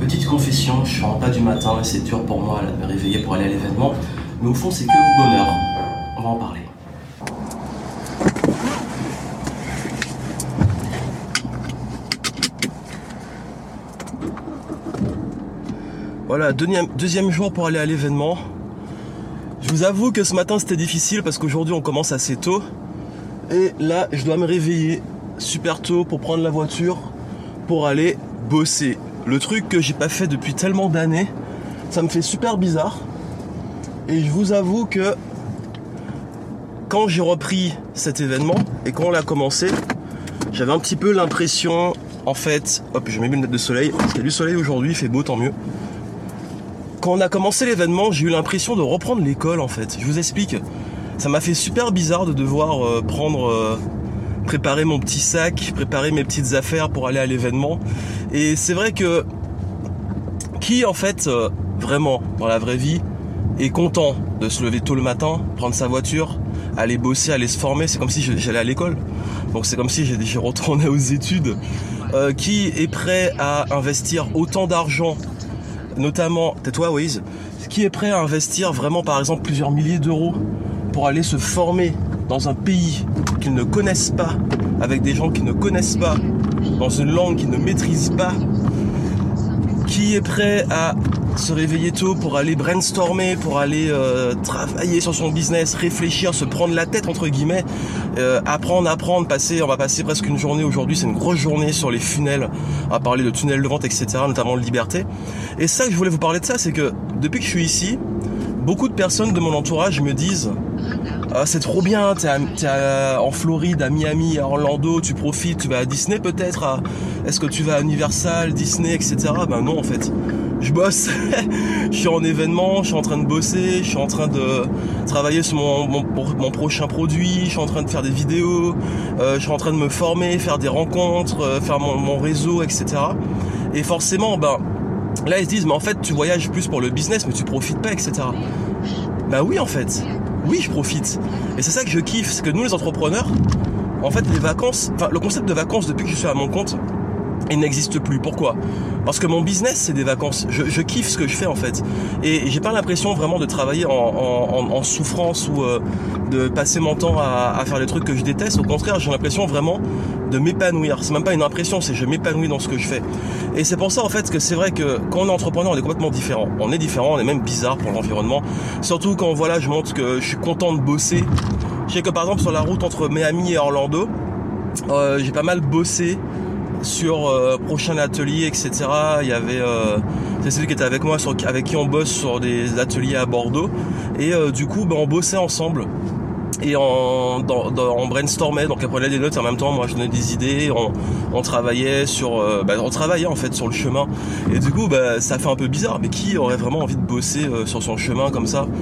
Petite confession, je suis en bas du matin et c'est dur pour moi là, de me réveiller pour aller à l'événement, mais au fond c'est que du bonheur. On va en parler. Voilà, deuxième jour pour aller à l'événement. Je vous avoue que ce matin c'était difficile parce qu'aujourd'hui on commence assez tôt. Et là je dois me réveiller super tôt pour prendre la voiture pour aller bosser. Le truc que j'ai pas fait depuis tellement d'années, ça me fait super bizarre. Et je vous avoue que quand j'ai repris cet événement et quand on l'a commencé, j'avais un petit peu l'impression, en fait, hop, je mets mes lunettes de soleil, parce qu'il y a du soleil aujourd'hui, il fait beau, tant mieux. Quand on a commencé l'événement, j'ai eu l'impression de reprendre l'école en fait. Je vous explique. Ça m'a fait super bizarre de devoir préparer mon petit sac, préparer mes petites affaires pour aller à l'événement. Et c'est vrai que qui en fait vraiment dans la vraie vie est content de se lever tôt le matin, prendre sa voiture, aller bosser, aller se former. C'est comme si j'allais à l'école. Donc c'est comme si j'ai retourné aux études. Qui est prêt à investir autant d'argent, notamment, tais-toi Waze, qui est prêt à investir vraiment par exemple plusieurs milliers d'euros pour aller se former dans un pays qu'ils ne connaissent pas, avec des gens qu'ils ne connaissent pas, dans une langue qu'ils ne maîtrisent pas, qui est prêt à se réveiller tôt pour aller brainstormer, pour aller travailler sur son business, réfléchir, se prendre la tête entre guillemets, apprendre, on va passer presque une journée aujourd'hui, c'est une grosse journée sur les funnels, on va parler de tunnels de vente, etc., notamment de liberté. Et ça que je voulais vous parler de ça, c'est que depuis que je suis ici, beaucoup de personnes de mon entourage me disent ah, c'est trop bien, t'es en Floride, à Miami, à Orlando, tu profites, tu vas à Disney peut-être, est-ce que tu vas à Universal, Disney, etc. Ben non en fait, je bosse, je suis en événement, je suis en train de bosser, je suis en train de travailler sur mon prochain produit, je suis en train de faire des vidéos, je suis en train de me former, faire des rencontres, faire mon réseau, etc. Et forcément, ben là ils se disent mais en fait tu voyages plus pour le business mais tu profites pas, etc. Ben oui en fait, oui je profite. Et c'est ça que je kiffe, c'est que nous les entrepreneurs, en fait les vacances, le concept de vacances depuis que je suis à mon compte, il n'existe plus. Pourquoi ? Parce que mon business c'est des vacances. Je kiffe ce que je fais en fait. Et j'ai pas l'impression vraiment de travailler en souffrance ou de passer mon temps à faire des trucs que je déteste. Au contraire, j'ai l'impression vraiment de m'épanouir. C'est même pas une impression, c'est je m'épanouis dans ce que je fais. Et c'est pour ça en fait que c'est vrai que quand on est entrepreneur, on est complètement différent. On est différent, on est même bizarre pour l'environnement. Surtout quand voilà, je montre que je suis content de bosser. Je sais que par exemple sur la route entre Miami et Orlando, j'ai pas mal bossé sur prochain atelier, etc. Il y avait c'est celui qui était avec moi, avec qui on bosse sur des ateliers à Bordeaux. Et du coup, on bossait ensemble. Et on brainstormait, donc elle prenait des notes en même temps, moi je donnais des idées, on travaillait on travaillait en fait sur le chemin. Et du coup, ça fait un peu bizarre, mais qui aurait vraiment envie de bosser sur son chemin comme ça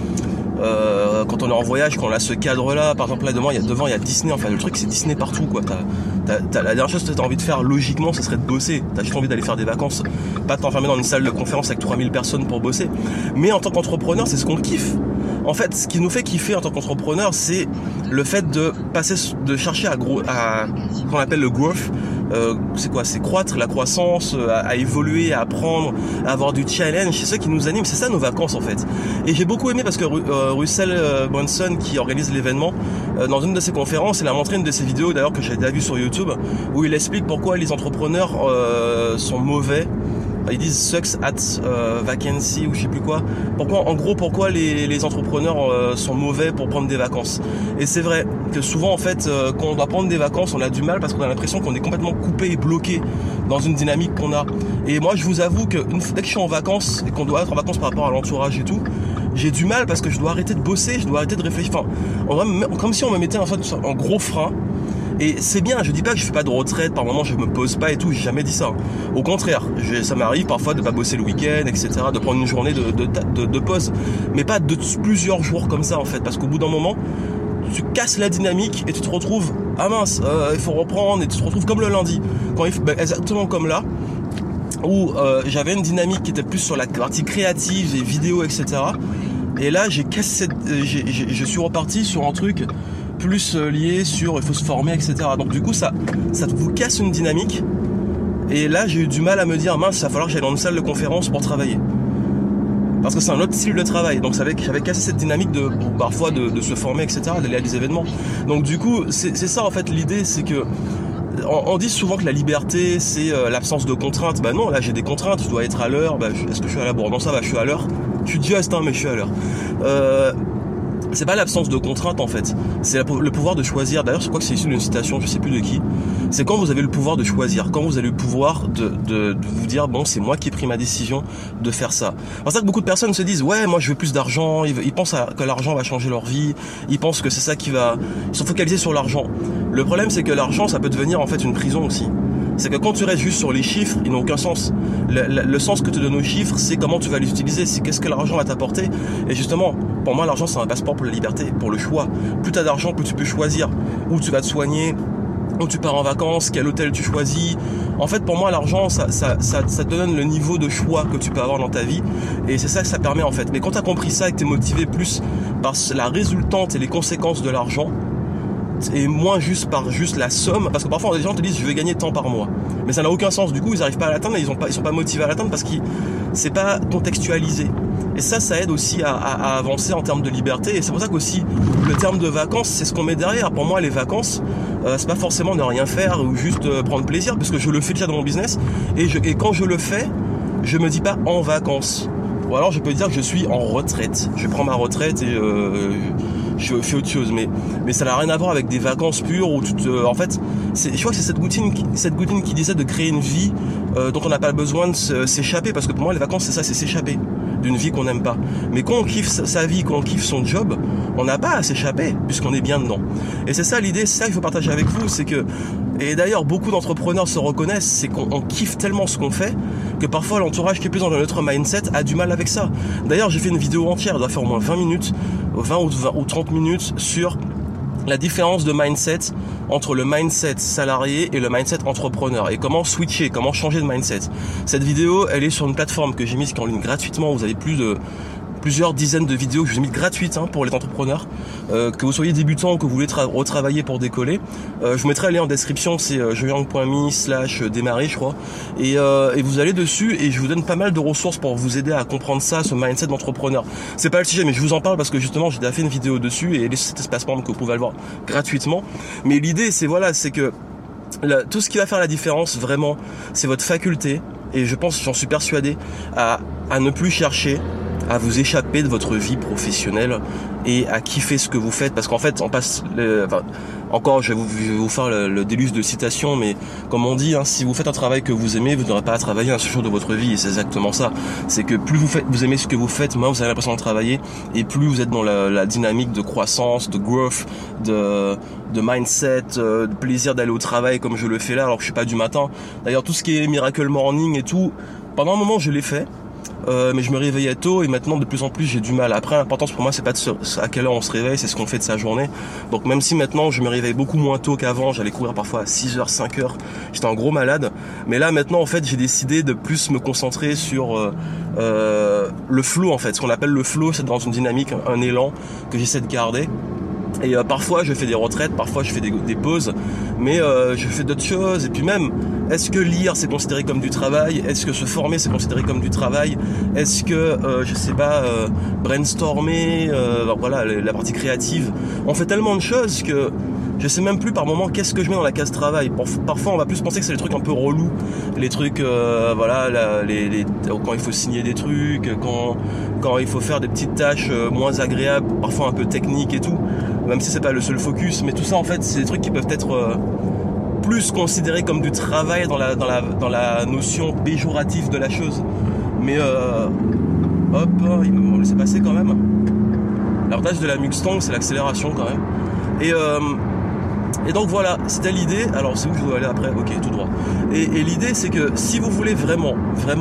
quand on est en voyage, quand on a ce cadre-là, par exemple là devant il y a Disney, enfin le truc c'est Disney partout quoi. T'as la dernière chose que t'as envie de faire logiquement, ce serait de bosser. T'as juste envie d'aller faire des vacances, pas t'enfermer dans une salle de conférence avec 3000 personnes pour bosser. Mais en tant qu'entrepreneur, c'est ce qu'on kiffe. En fait, ce qui nous fait kiffer en tant qu'entrepreneur, c'est le fait de chercher à ce qu'on appelle le growth. C'est quoi ? C'est croître, la croissance, à évoluer, à apprendre, à avoir du challenge. C'est ça qui nous anime, c'est ça nos vacances en fait. Et j'ai beaucoup aimé parce que Russell Brunson, qui organise l'événement, dans une de ses conférences, il a montré une de ses vidéos d'ailleurs que j'ai déjà vue sur YouTube, où il explique pourquoi les entrepreneurs sont mauvais. Ils disent sucks at vacancy ou je sais plus quoi. Pourquoi les entrepreneurs sont mauvais pour prendre des vacances. Et c'est vrai que souvent en fait quand on doit prendre des vacances, on a du mal parce qu'on a l'impression qu'on est complètement coupé et bloqué dans une dynamique qu'on a. Et moi je vous avoue que dès que je suis en vacances et qu'on doit être en vacances par rapport à l'entourage et tout, j'ai du mal parce que je dois arrêter de bosser, je dois arrêter de réfléchir. Comme si on me mettait en gros frein. Et c'est bien, je dis pas que je fais pas de retraite, par moment je me pose pas et tout, j'ai jamais dit ça. Au contraire, ça m'arrive parfois de pas bosser le week-end, etc., de prendre une journée de pause, mais pas de plusieurs jours comme ça en fait, parce qu'au bout d'un moment, tu casses la dynamique et tu te retrouves, ah mince, il faut reprendre, et tu te retrouves comme le lundi, exactement comme là, où j'avais une dynamique qui était plus sur la partie créative, les vidéos, etc. Et là, je suis reparti sur un truc plus lié sur il faut se former, etc. Donc du coup ça vous casse une dynamique Et là, j'ai eu du mal à me dire, mince, il va falloir que j'aille dans une salle de conférence pour travailler. Parce que c'est un autre style de travail. Donc j'avais cassé cette dynamique parfois de se former, etc., d'aller à des événements. Donc du coup, c'est ça en fait l'idée, c'est que on dit souvent que la liberté, c'est l'absence de contraintes. Bah non, là j'ai des contraintes, je dois être à l'heure. Bah, est-ce que je suis à la bourre? Non, ça va, je suis à l'heure. Je suis juste, mais je suis à l'heure. C'est pas l'absence de contraintes en fait, c'est le pouvoir de choisir. D'ailleurs, je crois que c'est issu d'une citation, je sais plus de qui. C'est quand vous avez le pouvoir de choisir, quand vous avez le pouvoir de vous dire bon, c'est moi qui ai pris ma décision de faire ça. C'est pour ça que beaucoup de personnes se disent ouais, moi je veux plus d'argent, ils pensent que l'argent va changer leur vie, ils pensent que c'est ça qui va, ils sont focalisés sur l'argent. Le problème c'est que l'argent ça peut devenir en fait une prison aussi. C'est que quand tu restes juste sur les chiffres, ils n'ont aucun sens. Le sens que te donnent aux chiffres, c'est comment tu vas les utiliser, c'est qu'est-ce que l'argent va t'apporter. Et justement, pour moi, l'argent, c'est un passeport pour la liberté, pour le choix. Plus tu as d'argent, plus tu peux choisir où tu vas te soigner, où tu pars en vacances, quel hôtel tu choisis. En fait, pour moi, l'argent, ça te donne le niveau de choix que tu peux avoir dans ta vie. Et c'est ça que ça permet, en fait. Mais quand tu as compris ça et que tu es motivé plus par la résultante et les conséquences de l'argent, et moins juste par la somme, parce que parfois les gens te disent je vais gagner tant par mois, mais ça n'a aucun sens. Du coup ils n'arrivent pas à l'atteindre et ils sont pas motivés à l'atteindre parce que c'est pas contextualisé. Et ça aide aussi à avancer en termes de liberté. Et c'est pour ça qu'aussi le terme de vacances, c'est ce qu'on met derrière. Pour moi, les vacances, c'est pas forcément ne rien faire ou juste prendre plaisir, parce que je le fais déjà dans mon business. Et quand je le fais, je me dis pas en vacances. Ou alors je peux dire que je suis en retraite. Je prends ma retraite et je fais autre chose. Mais ça n'a rien à voir avec des vacances pures où en fait, je crois que c'est cette Goutine qui disait de créer une vie dont on n'a pas besoin de s'échapper. Parce que pour moi, les vacances, c'est ça, c'est s'échapper d'une vie qu'on n'aime pas. Mais quand on kiffe sa vie, quand on kiffe son job, on n'a pas à s'échapper puisqu'on est bien dedans. Et c'est ça l'idée, c'est ça qu'il faut partager avec vous, c'est que, et d'ailleurs beaucoup d'entrepreneurs se reconnaissent, c'est qu'on kiffe tellement ce qu'on fait que parfois l'entourage qui est plus dans notre mindset a du mal avec ça. D'ailleurs, j'ai fait une vidéo entière, elle doit faire au moins 20 minutes, 20 ou 30 minutes sur la différence de mindset entre le mindset salarié et le mindset entrepreneur et comment switcher, comment changer de mindset. Cette vidéo, elle est sur une plateforme que j'ai mise en ligne gratuitement. Vous avez plusieurs dizaines de vidéos que j'ai mis gratuites pour les entrepreneurs, que vous soyez débutant ou que vous voulez retravailler pour décoller. Je vous mettrai un lien en description, c'est joyang.me/démarrer je crois, et vous allez dessus et je vous donne pas mal de ressources pour vous aider à comprendre ça, ce mindset d'entrepreneur. C'est pas le sujet mais je vous en parle parce que justement j'ai déjà fait une vidéo dessus et cet espace membre que vous pouvez le voir gratuitement. Mais l'idée c'est que tout ce qui va faire la différence vraiment, c'est votre faculté, et je pense, j'en suis persuadé, à ne plus chercher à vous échapper de votre vie professionnelle et à kiffer ce que vous faites, parce qu'en fait on passe encore je vais vous faire le déluge de citations, mais comme on dit, si vous faites un travail que vous aimez, vous n'aurez pas à travailler un seul jour de votre vie. Et c'est exactement ça, c'est que plus vous aimez ce que vous faites, moins vous avez l'impression de travailler, et plus vous êtes dans la dynamique de croissance, de growth, de mindset, de plaisir d'aller au travail comme je le fais là, alors que je suis pas du matin. D'ailleurs tout ce qui est Miracle Morning et tout, pendant un moment je l'ai fait, mais je me réveillais tôt et maintenant de plus en plus j'ai du mal. Après, l'importance pour moi c'est pas à quelle heure on se réveille, c'est ce qu'on fait de sa journée. Donc même si maintenant je me réveille beaucoup moins tôt qu'avant, j'allais courir parfois à 6h, 5h, j'étais un gros malade. Mais là maintenant en fait j'ai décidé de plus me concentrer sur le flow en fait. Ce qu'on appelle le flow, c'est dans une dynamique, un élan que j'essaie de garder. Et parfois je fais des retraites, parfois je fais des pauses, mais je fais d'autres choses. Et puis même, est-ce que lire c'est considéré comme du travail? Est-ce que se former c'est considéré comme du travail? Est-ce que, brainstormer, voilà, la partie créative? On fait tellement de choses que je sais même plus par moment qu'est-ce que je mets dans la case travail. Parfois on va plus penser que c'est les trucs un peu relous, les trucs quand il faut signer des trucs, quand il faut faire des petites tâches moins agréables, parfois un peu techniques et tout, même si c'est pas le seul focus. Mais tout ça en fait c'est des trucs qui peuvent être plus considérés comme du travail dans la notion péjorative de la chose. Mais hop, il m'a laissé passer quand même. L'avantage de la Mustang c'est l'accélération quand même. Et donc voilà, c'était l'idée. Alors c'est où je dois aller après? Ok, tout droit. Et l'idée c'est que si vous voulez vraiment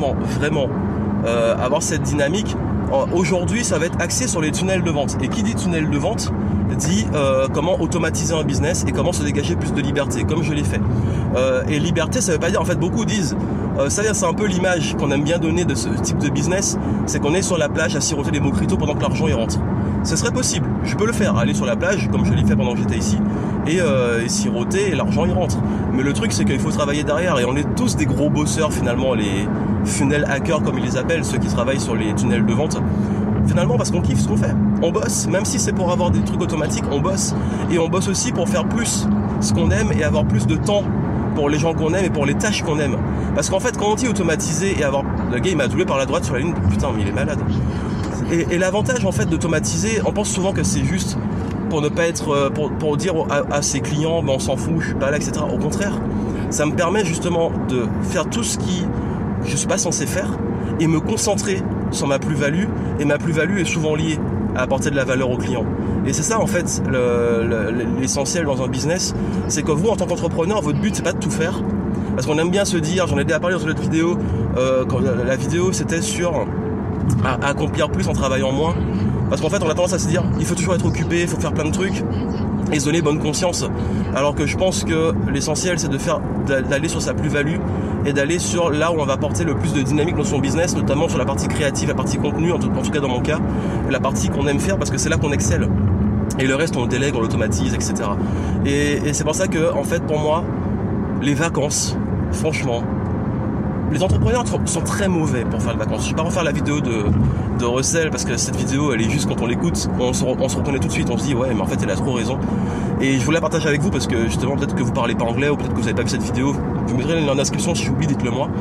avoir cette dynamique, aujourd'hui ça va être axé sur les tunnels de vente. Et qui dit tunnel de vente dit comment automatiser un business et comment se dégager plus de liberté, comme je l'ai fait. Et liberté, ça veut pas dire, en fait beaucoup disent, c'est un peu l'image qu'on aime bien donner de ce type de business, c'est qu'on est sur la plage à siroter des mojitos pendant que l'argent y rentre. ce serait possible, je peux le faire, aller sur la plage comme je l'ai fait pendant que j'étais ici et siroter et l'argent il rentre. Mais le truc c'est qu'il faut travailler derrière et on est tous des gros bosseurs finalement, les funnel hackers comme ils les appellent, ceux qui travaillent sur les tunnels de vente. Finalement parce qu'on kiffe ce qu'on fait, on bosse, même si c'est pour avoir des trucs automatiques, on bosse. Et on bosse aussi pour faire plus ce qu'on aime et avoir plus de temps pour les gens qu'on aime et pour les tâches qu'on aime. Parce qu'en fait quand on dit automatiser et avoir... Le gars il m'a doublé par la droite sur la ligne, putain mais il est malade. Et l'avantage en fait d'automatiser, on pense souvent que c'est juste pour ne pas être... pour dire à ses clients, ben, on s'en fout, je suis pas là, etc. Au contraire, ça me permet justement de faire tout ce qui je suis pas censé faire et me concentrer sur ma plus-value, et ma plus-value est souvent liée à apporter de la valeur aux clients. Et c'est ça en fait l'essentiel dans un business, c'est que vous en tant qu'entrepreneur, votre but c'est pas de tout faire, parce qu'on aime bien se dire, j'en ai déjà parlé dans une autre vidéo, quand la vidéo c'était sur accomplir plus en travaillant moins, parce qu'en fait on a tendance à se dire, il faut toujours être occupé, il faut faire plein de trucs, et se donner bonne conscience, alors que je pense que l'essentiel c'est d'aller sur sa plus-value et d'aller sur là où on va apporter le plus de dynamique dans son business, notamment sur la partie créative, la partie contenu, en tout cas dans mon cas, la partie qu'on aime faire parce que c'est là qu'on excelle. Et le reste on le délègue, on l'automatise, etc. Et c'est pour ça que en fait pour moi, les vacances, franchement, les entrepreneurs sont très mauvais pour faire les vacances. Je vais pas refaire la vidéo de Russell parce que cette vidéo elle est juste quand on l'écoute, on se reconnaît tout de suite, on se dit ouais mais en fait elle a trop raison. Et je voulais la partager avec vous parce que justement peut-être que vous parlez pas anglais ou peut-être que vous avez pas vu cette vidéo. Vous mettrez le lien en description, si j'oublie dites-le moi.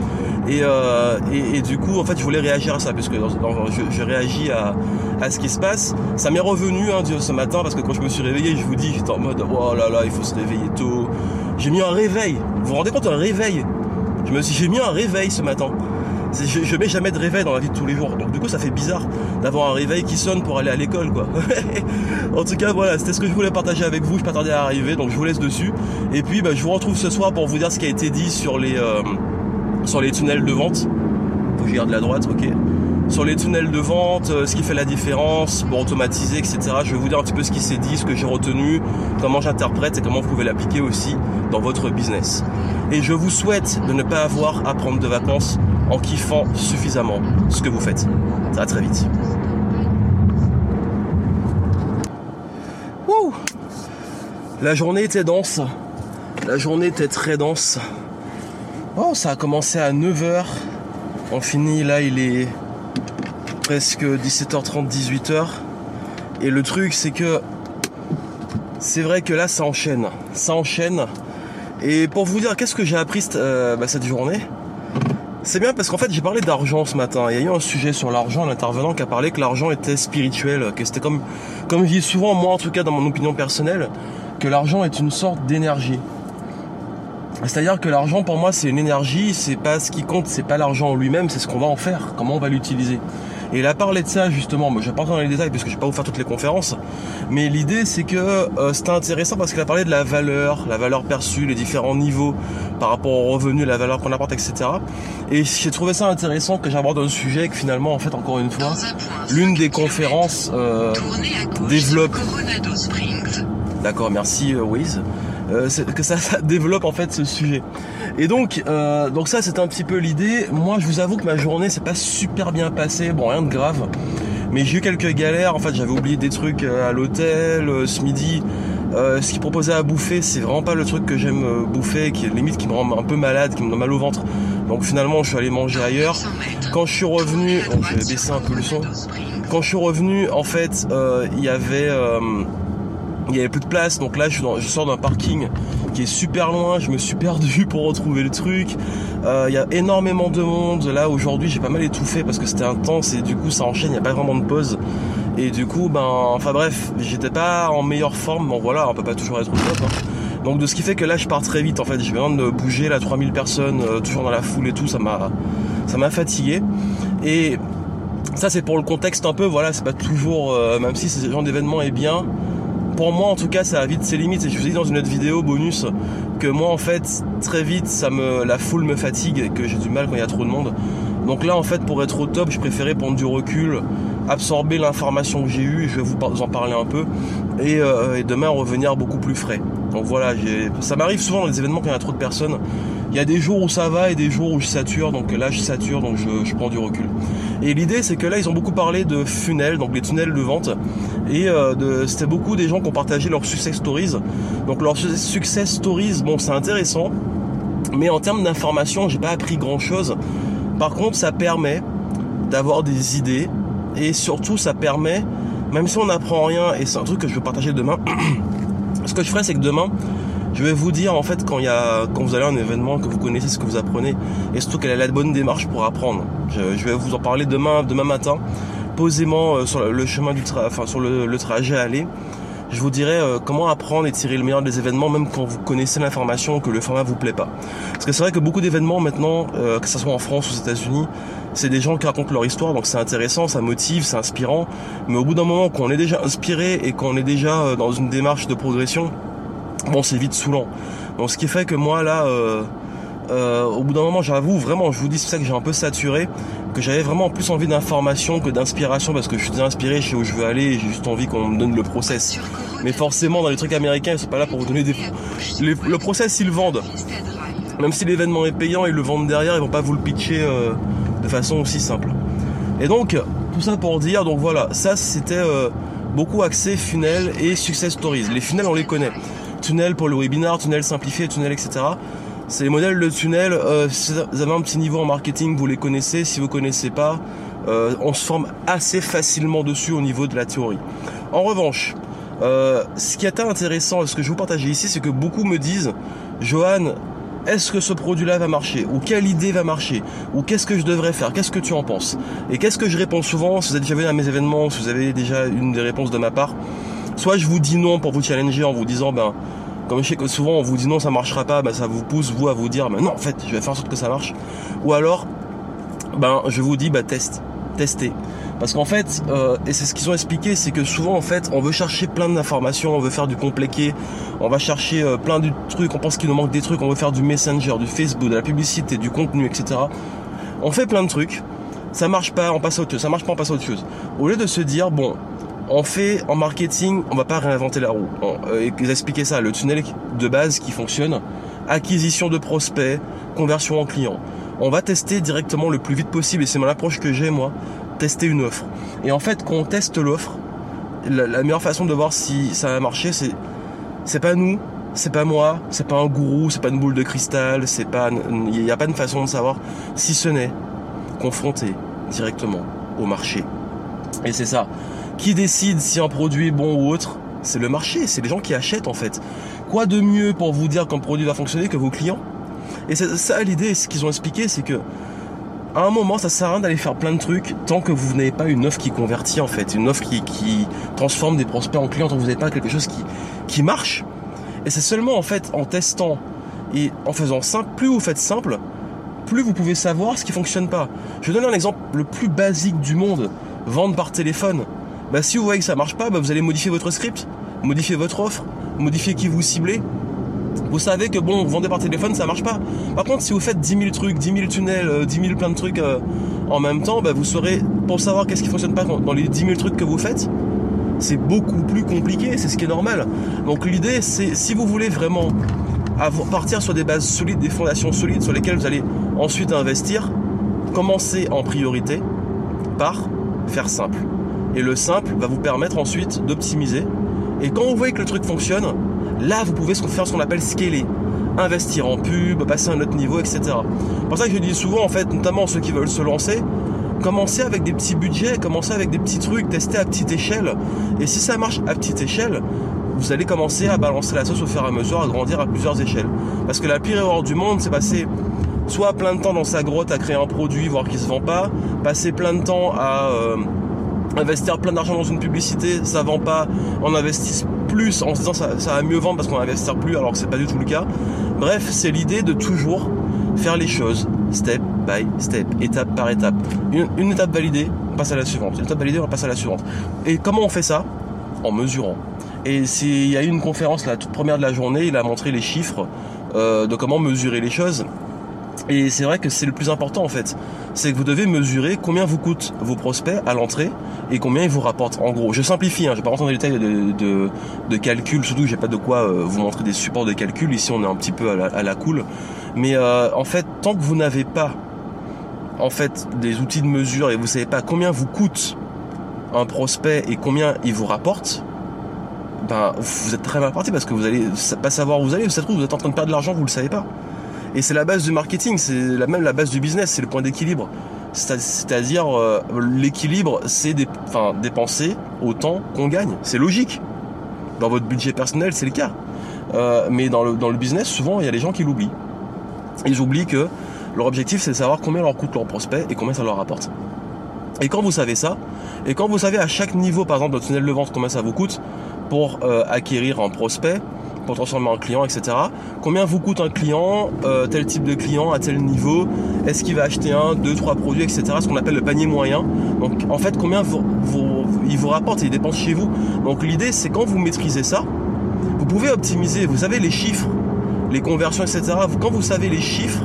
Et du coup en fait je voulais réagir à ça parce que je réagis à ce qui se passe. Ça m'est revenu ce matin parce que quand je me suis réveillé, je vous dis j'étais en mode oh là là il faut se réveiller tôt. J'ai mis un réveil. Vous vous rendez compte, un réveil? J'ai mis un réveil ce matin. Je mets jamais de réveil dans la vie de tous les jours. Donc du coup ça fait bizarre d'avoir un réveil qui sonne pour aller à l'école quoi. En tout cas voilà, c'était ce que je voulais partager avec vous. Je pas tardé à arriver, donc je vous laisse dessus. Et puis je vous retrouve ce soir pour vous dire ce qui a été dit sur les tunnels de vente. Faut que je garde la droite, ok. Sur les tunnels de vente, ce qui fait la différence pour automatiser, etc. Je vais vous dire un petit peu ce qui s'est dit, ce que j'ai retenu, comment j'interprète et comment vous pouvez l'appliquer aussi dans votre business. Et je vous souhaite de ne pas avoir à prendre de vacances en kiffant suffisamment ce que vous faites. Ça va très vite. Wouh! La journée était dense. La journée était très dense. Oh, ça a commencé à 9h. On finit là, il est presque 17h30, 18h. Et le truc, c'est que c'est vrai que là, ça enchaîne. Ça enchaîne. Et pour vous dire, qu'est-ce que j'ai appris cette journée? C'est bien parce qu'en fait, j'ai parlé d'argent ce matin. Il y a eu un sujet sur l'argent, l'intervenant qui a parlé que l'argent était spirituel, que c'était comme je dis souvent, moi en tout cas dans mon opinion personnelle, que l'argent est une sorte d'énergie. C'est-à-dire que l'argent pour moi c'est une énergie, c'est pas ce qui compte, c'est pas l'argent en lui-même, c'est ce qu'on va en faire, comment on va l'utiliser. Et il a parlé de ça justement, moi je vais pas rentrer dans les détails parce que je vais pas vous faire toutes les conférences, mais l'idée c'est que c'était intéressant parce qu'il a parlé de la valeur perçue, les différents niveaux par rapport au revenu, la valeur qu'on apporte, etc. Et j'ai trouvé ça intéressant que j'aborde un sujet que finalement en fait encore une fois, l'une des conférences développe. D'accord, merci Wiz. Que ça développe en fait ce sujet. Et donc ça c'est un petit peu l'idée. Moi je vous avoue que ma journée c'est pas super bien passée, bon rien de grave, mais j'ai eu quelques galères. En fait j'avais oublié des trucs à l'hôtel ce midi. Ce qu'ils proposaient à bouffer c'est vraiment pas le truc que j'aime bouffer, qui est limite qui me rend un peu malade, qui me donne mal au ventre. Donc finalement je suis allé manger ailleurs. Quand je suis revenu, je vais baisser un peu le son. Quand je suis revenu en fait il y avait plus de place, donc là je sors d'un parking qui est super loin, je me suis perdu pour retrouver le truc. Il y a énormément de monde, là aujourd'hui j'ai pas mal étouffé parce que c'était intense et du coup ça enchaîne, il n'y a pas vraiment de pause. Et du coup enfin bref, j'étais pas en meilleure forme, bon voilà, on peut pas toujours être au top. Donc de ce qui fait que là je pars très vite en fait, j'ai besoin de bouger, là 3000 personnes, toujours dans la foule et tout, ça m'a fatigué. Et ça c'est pour le contexte un peu, voilà, c'est pas toujours, même si ce genre d'événement est bien, pour moi en tout cas ça a vite ses limites. Et je vous ai dit dans une autre vidéo bonus que moi en fait très vite la foule me fatigue et que j'ai du mal quand il y a trop de monde. Donc là en fait pour être au top je préférais prendre du recul, absorber l'information que j'ai eue, je vais vous en parler un peu et demain revenir beaucoup plus frais. Donc voilà, ça m'arrive souvent dans les événements quand il y a trop de personnes Il y a des jours où ça va et des jours où je sature, donc là je sature, donc je prends du recul. Et l'idée c'est que là ils ont beaucoup parlé de funnels, donc les tunnels de vente, et c'était beaucoup des gens qui ont partagé leurs success stories. Donc leurs success stories, bon c'est intéressant, mais en termes d'information j'ai pas appris grand chose. Par contre ça permet d'avoir des idées, et surtout ça permet, même si on n'apprend rien, et c'est un truc que je veux partager demain, ce que je ferai c'est que demain je vais vous dire en fait quand vous allez à un événement, que vous connaissez ce que vous apprenez, et surtout quelle est la bonne démarche pour apprendre. Je vais vous en parler demain matin, posément sur le chemin sur le trajet à aller. Je vous dirai comment apprendre et tirer le meilleur des événements, même quand vous connaissez l'information, que le format vous plaît pas. Parce que c'est vrai que beaucoup d'événements maintenant, que ce soit en France ou aux États-Unis, c'est des gens qui racontent leur histoire, donc c'est intéressant, ça motive, c'est inspirant. Mais au bout d'un moment, quand on est déjà inspiré et qu'on est déjà dans une démarche de progression, bon c'est vite saoulant. Donc ce qui fait que moi là au bout d'un moment j'avoue vraiment, je vous dis, c'est ça que j'ai un peu saturé, que j'avais vraiment plus envie d'information que d'inspiration, parce que je suis déjà inspiré, je sais où je veux aller et j'ai juste envie qu'on me donne le process. Mais forcément dans les trucs américains ils sont pas là pour vous donner le process, ils le vendent. Même si l'événement est payant, ils le vendent derrière, ils vont pas vous le pitcher de façon aussi simple. Et donc tout ça pour dire, donc voilà, ça c'était beaucoup axé funnel et success stories. Les funnels on les connaît. Tunnel pour le webinar, tunnel simplifié, tunnel etc. C'est les modèles de tunnel, si vous avez un petit niveau en marketing, vous les connaissez. Si vous connaissez pas, on se forme assez facilement dessus au niveau de la théorie. En revanche, ce qui est intéressant, ce que je vais vous partager ici, c'est que beaucoup me disent, Johan, est-ce que ce produit-là va marcher? Ou quelle idée va marcher? Ou qu'est-ce que je devrais faire? Qu'est-ce que tu en penses? Et qu'est-ce que je réponds souvent? Si vous avez déjà venu à mes événements, si vous avez déjà une des réponses de ma part, soit je vous dis non pour vous challenger en vous disant, comme je sais que souvent on vous dit non ça marchera pas, ça vous pousse vous à vous dire non en fait je vais faire en sorte que ça marche. Ou alors je vous dis testez. Parce qu'en fait, et c'est ce qu'ils ont expliqué, c'est que souvent en fait on veut chercher plein d'informations, on veut faire du compliqué, on va chercher plein de trucs, on pense qu'il nous manque des trucs, on veut faire du Messenger, du Facebook, de la publicité, du contenu, etc. On fait plein de trucs, ça marche pas, on passe à autre chose, ça marche pas, on passe à autre chose. Au lieu de se dire on fait en marketing, on va pas réinventer la roue. Ils expliquaient ça, le tunnel de base qui fonctionne, acquisition de prospects, conversion en clients. On va tester directement le plus vite possible, et c'est mon approche que j'ai moi, tester une offre. Et en fait, quand on teste l'offre, la meilleure façon de voir si ça va marcher, c'est pas nous, c'est pas moi, c'est pas un gourou, c'est pas une boule de cristal, il n'y a pas de façon de savoir, si ce n'est confronté directement au marché. Et c'est ça. Qui décide si un produit est bon ou autre? C'est le marché, c'est les gens qui achètent en fait. Quoi de mieux pour vous dire qu'un produit va fonctionner que vos clients? Et c'est ça l'idée, ce qu'ils ont expliqué, c'est que à un moment ça sert à rien d'aller faire plein de trucs tant que vous n'avez pas une offre qui convertit en fait, une offre qui transforme des prospects en clients, tant que vous n'avez pas quelque chose qui marche. Et c'est seulement en fait en testant et en faisant simple, plus vous faites simple, plus vous pouvez savoir ce qui fonctionne pas. Je vais donner un exemple le plus basique du monde, vendre par téléphone. Si vous voyez que ça marche pas, vous allez modifier votre script, modifier votre offre, modifier qui vous ciblez. Vous savez que vous vendez par téléphone, ça marche pas. Par contre, si vous faites 10 000 trucs, 10 000 tunnels, 10 000 plein de trucs en même temps, vous saurez, pour savoir qu'est-ce qui fonctionne pas dans les 10 000 trucs que vous faites, c'est beaucoup plus compliqué, c'est ce qui est normal. Donc l'idée, c'est, si vous voulez vraiment partir sur des bases solides, des fondations solides sur lesquelles vous allez ensuite investir, commencez en priorité par faire simple. Et le simple va vous permettre ensuite d'optimiser. Et quand vous voyez que le truc fonctionne, là vous pouvez faire ce qu'on appelle scaler, investir en pub, passer à un autre niveau, etc. C'est pour ça que je dis souvent en fait, notamment ceux qui veulent se lancer, commencez avec des petits budgets, commencez avec des petits trucs, testez à petite échelle. Et si ça marche à petite échelle, vous allez commencer à balancer la sauce au fur et à mesure, à grandir à plusieurs échelles. Parce que la pire erreur du monde, c'est passer soit plein de temps dans sa grotte à créer un produit, voir qu'il se vend pas, passer plein de temps à investir plein d'argent dans une publicité, ça vend pas, on investit plus en se disant ça va mieux vendre parce qu'on va investir plus, alors que c'est pas du tout le cas. Bref, c'est l'idée de toujours faire les choses step by step, étape par étape. Une étape validée, on passe à la suivante. Une étape validée, on passe à la suivante. Et comment on fait ça? En mesurant. Et il y a eu une conférence, la toute première de la journée, il a montré les chiffres de comment mesurer les choses. Et c'est vrai que c'est le plus important en fait. C'est que vous devez mesurer combien vous coûtent vos prospects à l'entrée et combien ils vous rapportent. En gros, je simplifie, je vais pas rentrer dans les détails de calcul, surtout que j'ai pas de quoi vous montrer des supports de calcul. Ici on est un petit peu à la cool. Mais en fait, tant que vous n'avez pas en fait des outils de mesure et vous savez pas combien vous coûte un prospect et combien il vous rapporte, ben vous êtes très mal parti parce que vous allez pas savoir où vous allez. Ça se trouve, vous êtes en train de perdre de l'argent, vous le savez pas. Et c'est la base du marketing, c'est même la base du business, c'est le point d'équilibre. C'est-à-dire l'équilibre, c'est dépenser autant qu'on gagne. C'est logique. Dans votre budget personnel, c'est le cas. Mais dans le business, souvent, il y a des gens qui l'oublient. Ils oublient que leur objectif, c'est de savoir combien leur coûte leur prospect et combien ça leur rapporte. Et quand vous savez ça, et quand vous savez à chaque niveau, par exemple, de tunnel de vente, combien ça vous coûte pour acquérir un prospect, pour transformer en client, etc. Combien vous coûte un client, tel type de client, à tel niveau, est-ce qu'il va acheter 1, 2, 3 produits, etc. Ce qu'on appelle le panier moyen. Donc en fait, combien il vous rapporte et il dépense chez vous. Donc l'idée, c'est quand vous maîtrisez ça, vous pouvez optimiser, vous savez les chiffres, les conversions, etc. Quand vous savez les chiffres,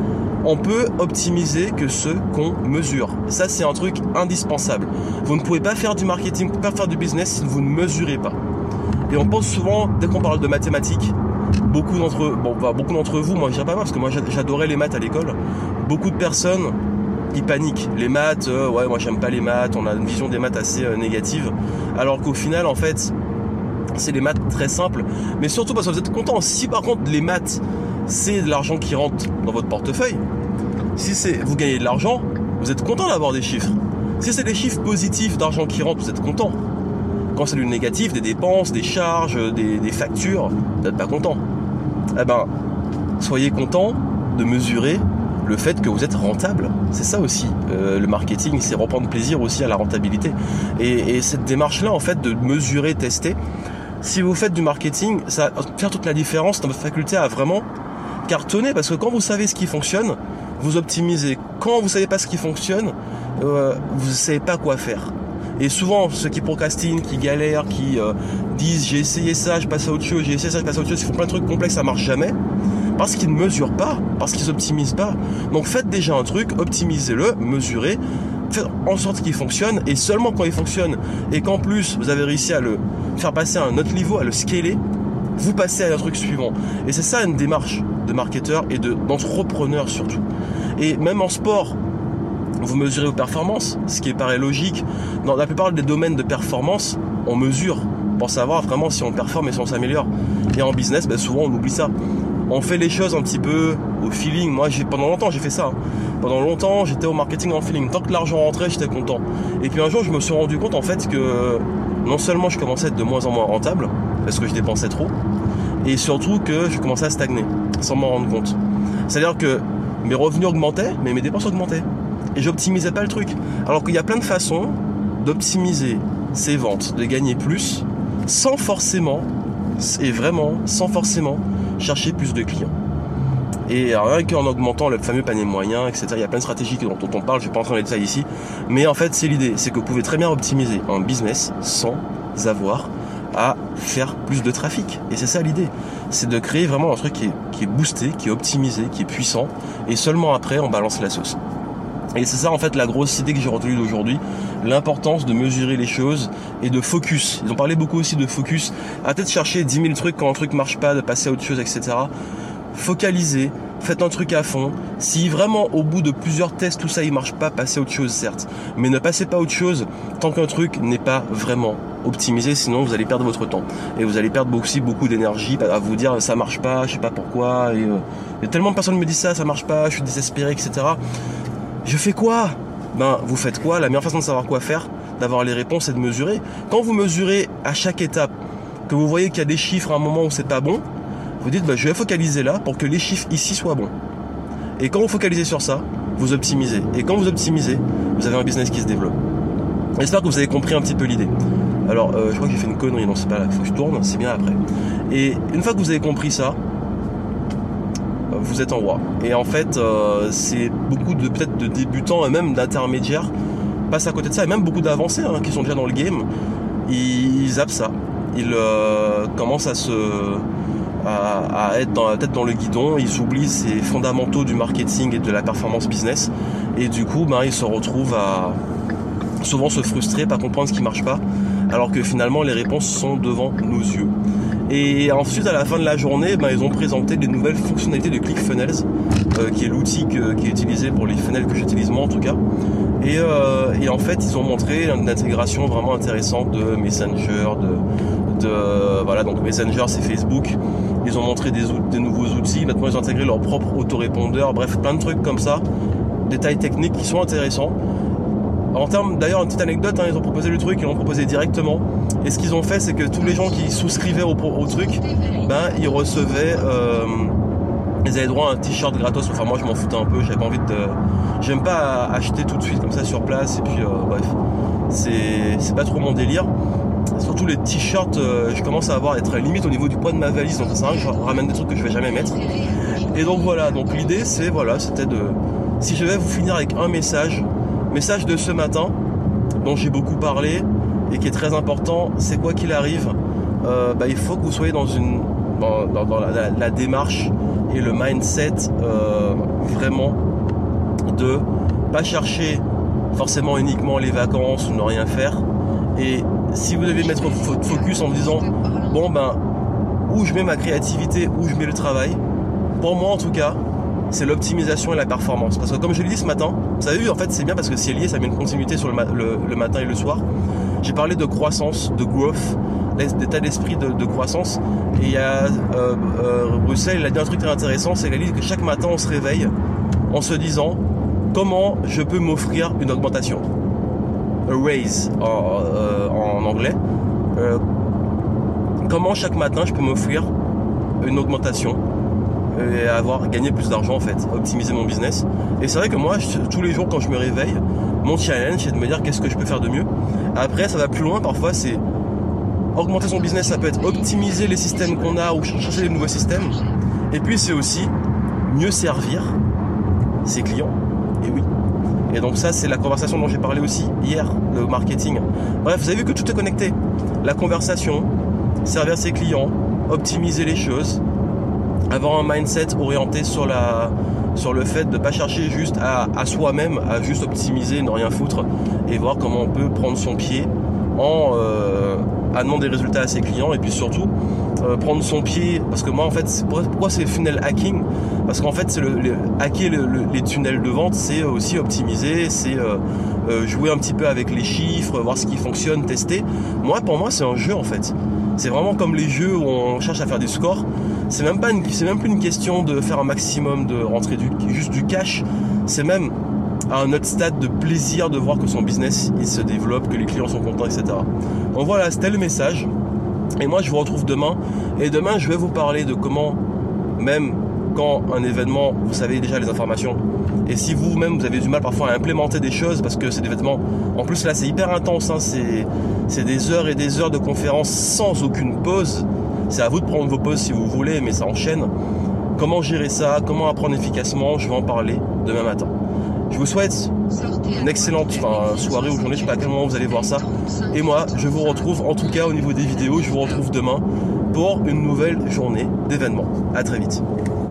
on peut optimiser que ce qu'on mesure. Ça, c'est un truc indispensable. Vous ne pouvez pas faire du marketing, pas faire du business si vous ne mesurez pas. Et on pense souvent, dès qu'on parle de mathématiques, beaucoup d'entre vous, moi je dirais pas moi, parce que moi j'adorais les maths à l'école, beaucoup de personnes, ils paniquent. Les maths, ouais, moi j'aime pas les maths, on a une vision des maths assez négative, alors qu'au final, en fait, c'est des maths très simples, mais surtout parce que vous êtes content. Si par contre les maths, c'est de l'argent qui rentre dans votre portefeuille, si vous gagnez de l'argent, vous êtes content d'avoir des chiffres. Si c'est des chiffres positifs d'argent qui rentre, vous êtes content. Quand c'est du négatif, des dépenses, des charges, des factures, vous n'êtes pas content. Eh ben, soyez content de mesurer le fait que vous êtes rentable. C'est ça aussi. Le marketing, c'est reprendre plaisir aussi à la rentabilité. Et cette démarche-là, en fait, de mesurer, tester, si vous faites du marketing, ça va faire toute la différence dans votre faculté à vraiment cartonner. Parce que quand vous savez ce qui fonctionne, vous optimisez. Quand vous ne savez pas ce qui fonctionne, vous ne savez pas quoi faire. Et souvent, ceux qui procrastinent, qui galèrent, qui disent j'ai essayé ça, je passe à autre chose, j'ai essayé ça, je passe à autre chose, ils font plein de trucs complexes, ça marche jamais, parce qu'ils ne mesurent pas, parce qu'ils n'optimisent pas. Donc faites déjà un truc, optimisez-le, mesurez, faites en sorte qu'il fonctionne, et seulement quand il fonctionne, et qu'en plus vous avez réussi à le faire passer à un autre niveau, à le scaler, vous passez à un truc suivant. Et c'est ça une démarche de marketeur et d'entrepreneur surtout. Et même en sport, vous mesurez vos performances, ce qui paraît logique. Dans la plupart des domaines de performance, on mesure pour savoir vraiment si on performe et si on s'améliore. Et en business, souvent on oublie ça. On fait les choses un petit peu au feeling. Moi, pendant longtemps, j'ai fait ça. Pendant longtemps, j'étais au marketing en feeling. Tant que l'argent rentrait, j'étais content. Et puis un jour, je me suis rendu compte en fait que non seulement je commençais à être de moins en moins rentable, parce que je dépensais trop, et surtout que je commençais à stagner, sans m'en rendre compte. C'est-à-dire que mes revenus augmentaient, mais mes dépenses augmentaient. Et j'optimisais pas le truc. Alors qu'il y a plein de façons d'optimiser ses ventes, de gagner plus, sans forcément chercher plus de clients. Et rien qu'en augmentant le fameux panier moyen, etc. Il y a plein de stratégies dont on parle, je vais pas entrer dans les détails ici. Mais en fait, c'est l'idée, c'est que vous pouvez très bien optimiser un business sans avoir à faire plus de trafic. Et c'est ça l'idée. C'est de créer vraiment un truc qui est boosté, qui est optimisé, qui est puissant. Et seulement après, on balance la sauce. Et c'est ça en fait la grosse idée que j'ai retenue d'aujourd'hui, l'importance de mesurer les choses et de focus. Ils ont parlé beaucoup aussi de focus. Arrêtez de chercher 10 000 trucs quand un truc marche pas, de passer à autre chose, etc. Focalisez, faites un truc à fond. Si vraiment au bout de plusieurs tests tout ça il marche pas, passez à autre chose certes. Mais ne passez pas à autre chose tant qu'un truc n'est pas vraiment optimisé, sinon vous allez perdre votre temps. Et vous allez perdre aussi beaucoup d'énergie à vous dire ça marche pas, je sais pas pourquoi. Et tellement de personnes me disent ça marche pas, je suis désespéré, etc. Je fais quoi ? Vous faites quoi ? La meilleure façon de savoir quoi faire, d'avoir les réponses, c'est de mesurer. Quand vous mesurez à chaque étape, que vous voyez qu'il y a des chiffres à un moment où c'est pas bon, vous dites je vais focaliser là pour que les chiffres ici soient bons. Et quand vous focalisez sur ça, vous optimisez. Et quand vous optimisez, vous avez un business qui se développe. J'espère que vous avez compris un petit peu l'idée. Alors, je crois que j'ai fait une connerie, non c'est pas là, il faut que je tourne, c'est bien après. Et une fois que vous avez compris ça, vous êtes en roi. Et en fait, c'est beaucoup peut-être de débutants et même d'intermédiaires passent à côté de ça, et même beaucoup d'avancés qui sont déjà dans le game, ils zappent ça. Ils commencent à être dans la tête dans le guidon, ils oublient ces fondamentaux du marketing et de la performance business, et du coup, ils se retrouvent à souvent se frustrer, pas comprendre ce qui marche pas, alors que finalement les réponses sont devant nos yeux. Et ensuite, à la fin de la journée, ils ont présenté les nouvelles fonctionnalités de ClickFunnels, qui est l'outil qui est utilisé pour les funnels que j'utilise moi en tout cas. Et en fait, ils ont montré une intégration vraiment intéressante de Messenger, voilà, donc Messenger c'est Facebook. Ils ont montré des nouveaux outils. Maintenant, ils ont intégré leur propre autorépondeur. Bref, plein de trucs comme ça, détails techniques qui sont intéressants. En termes, d'ailleurs, une petite anecdote, ils ont proposé le truc, ils l'ont proposé directement. Et ce qu'ils ont fait, c'est que tous les gens qui souscrivaient au truc, ils recevaient, ils avaient droit à un t-shirt gratos. Enfin, moi, je m'en foutais un peu, j'avais pas envie j'aime pas acheter tout de suite comme ça sur place. Et puis, bref, c'est pas trop mon délire. Surtout les t-shirts, je commence à être limite au niveau du poids de ma valise, donc ça sert à rien que je ramène des trucs que je vais jamais mettre. Et donc voilà, donc l'idée, c'était si je vais vous finir avec un message de ce matin, dont j'ai beaucoup parlé et qui est très important, c'est quoi qu'il arrive, il faut que vous soyez dans la démarche et le mindset vraiment de pas chercher forcément uniquement les vacances ou ne rien faire. Et si vous devez mettre votre focus en vous disant où je mets ma créativité, où je mets le travail, pour moi en tout cas, c'est l'optimisation et la performance. Parce que comme je l'ai dit ce matin, vous avez vu, en fait c'est bien parce que c'est lié, ça met une continuité sur le matin et le soir. J'ai parlé de croissance, de growth, d'état d'esprit de croissance. Et il y a Bruxelles, il a dit un truc très intéressant, c'est qu'il a dit que chaque matin on se réveille en se disant comment je peux m'offrir une augmentation. A raise en anglais. Comment chaque matin je peux m'offrir une augmentation et gagné plus d'argent en fait, optimiser mon business. Et c'est vrai que moi, tous les jours quand je me réveille, mon challenge c'est de me dire qu'est-ce que je peux faire de mieux. Après ça va plus loin, parfois c'est augmenter son business, ça peut être optimiser les systèmes qu'on a ou chercher des nouveaux systèmes. Et puis c'est aussi mieux servir ses clients. Et oui. Et donc ça c'est la conversation dont j'ai parlé aussi hier, le marketing. Bref, vous avez vu que tout est connecté. La conversation, servir ses clients, optimiser les choses, avoir un mindset orienté sur le fait de ne pas chercher juste à soi-même, à juste optimiser, ne rien foutre, et voir comment on peut prendre son pied en amenant des résultats à ses clients. Et puis surtout prendre son pied, parce que moi en fait pourquoi c'est funnel hacking, parce qu'en fait c'est hacker les tunnels de vente, c'est aussi optimiser, c'est jouer un petit peu avec les chiffres, voir ce qui fonctionne, tester. Pour moi c'est un jeu en fait. C'est vraiment comme les jeux où on cherche à faire des scores. C'est même plus une question de faire un maximum, de rentrer juste du cash. C'est même à un autre stade de plaisir de voir que son business il se développe, que les clients sont contents, etc. Donc voilà, c'était le message. Et moi je vous retrouve demain. Et demain je vais vous parler de comment, même quand un événement, vous savez déjà les informations. Et si vous-même vous avez du mal parfois à implémenter des choses, parce que c'est des événements, en plus là c'est hyper intense, c'est des heures et des heures de conférences sans aucune pause. C'est à vous de prendre vos pauses si vous voulez, mais ça enchaîne. Comment gérer ça, comment apprendre efficacement, je vais en parler demain matin. Je vous souhaite une excellente soirée ou journée, je ne sais pas à quel moment vous allez voir ça. Et moi, je vous retrouve, en tout cas au niveau des vidéos, je vous retrouve demain pour une nouvelle journée d'événements. À très vite.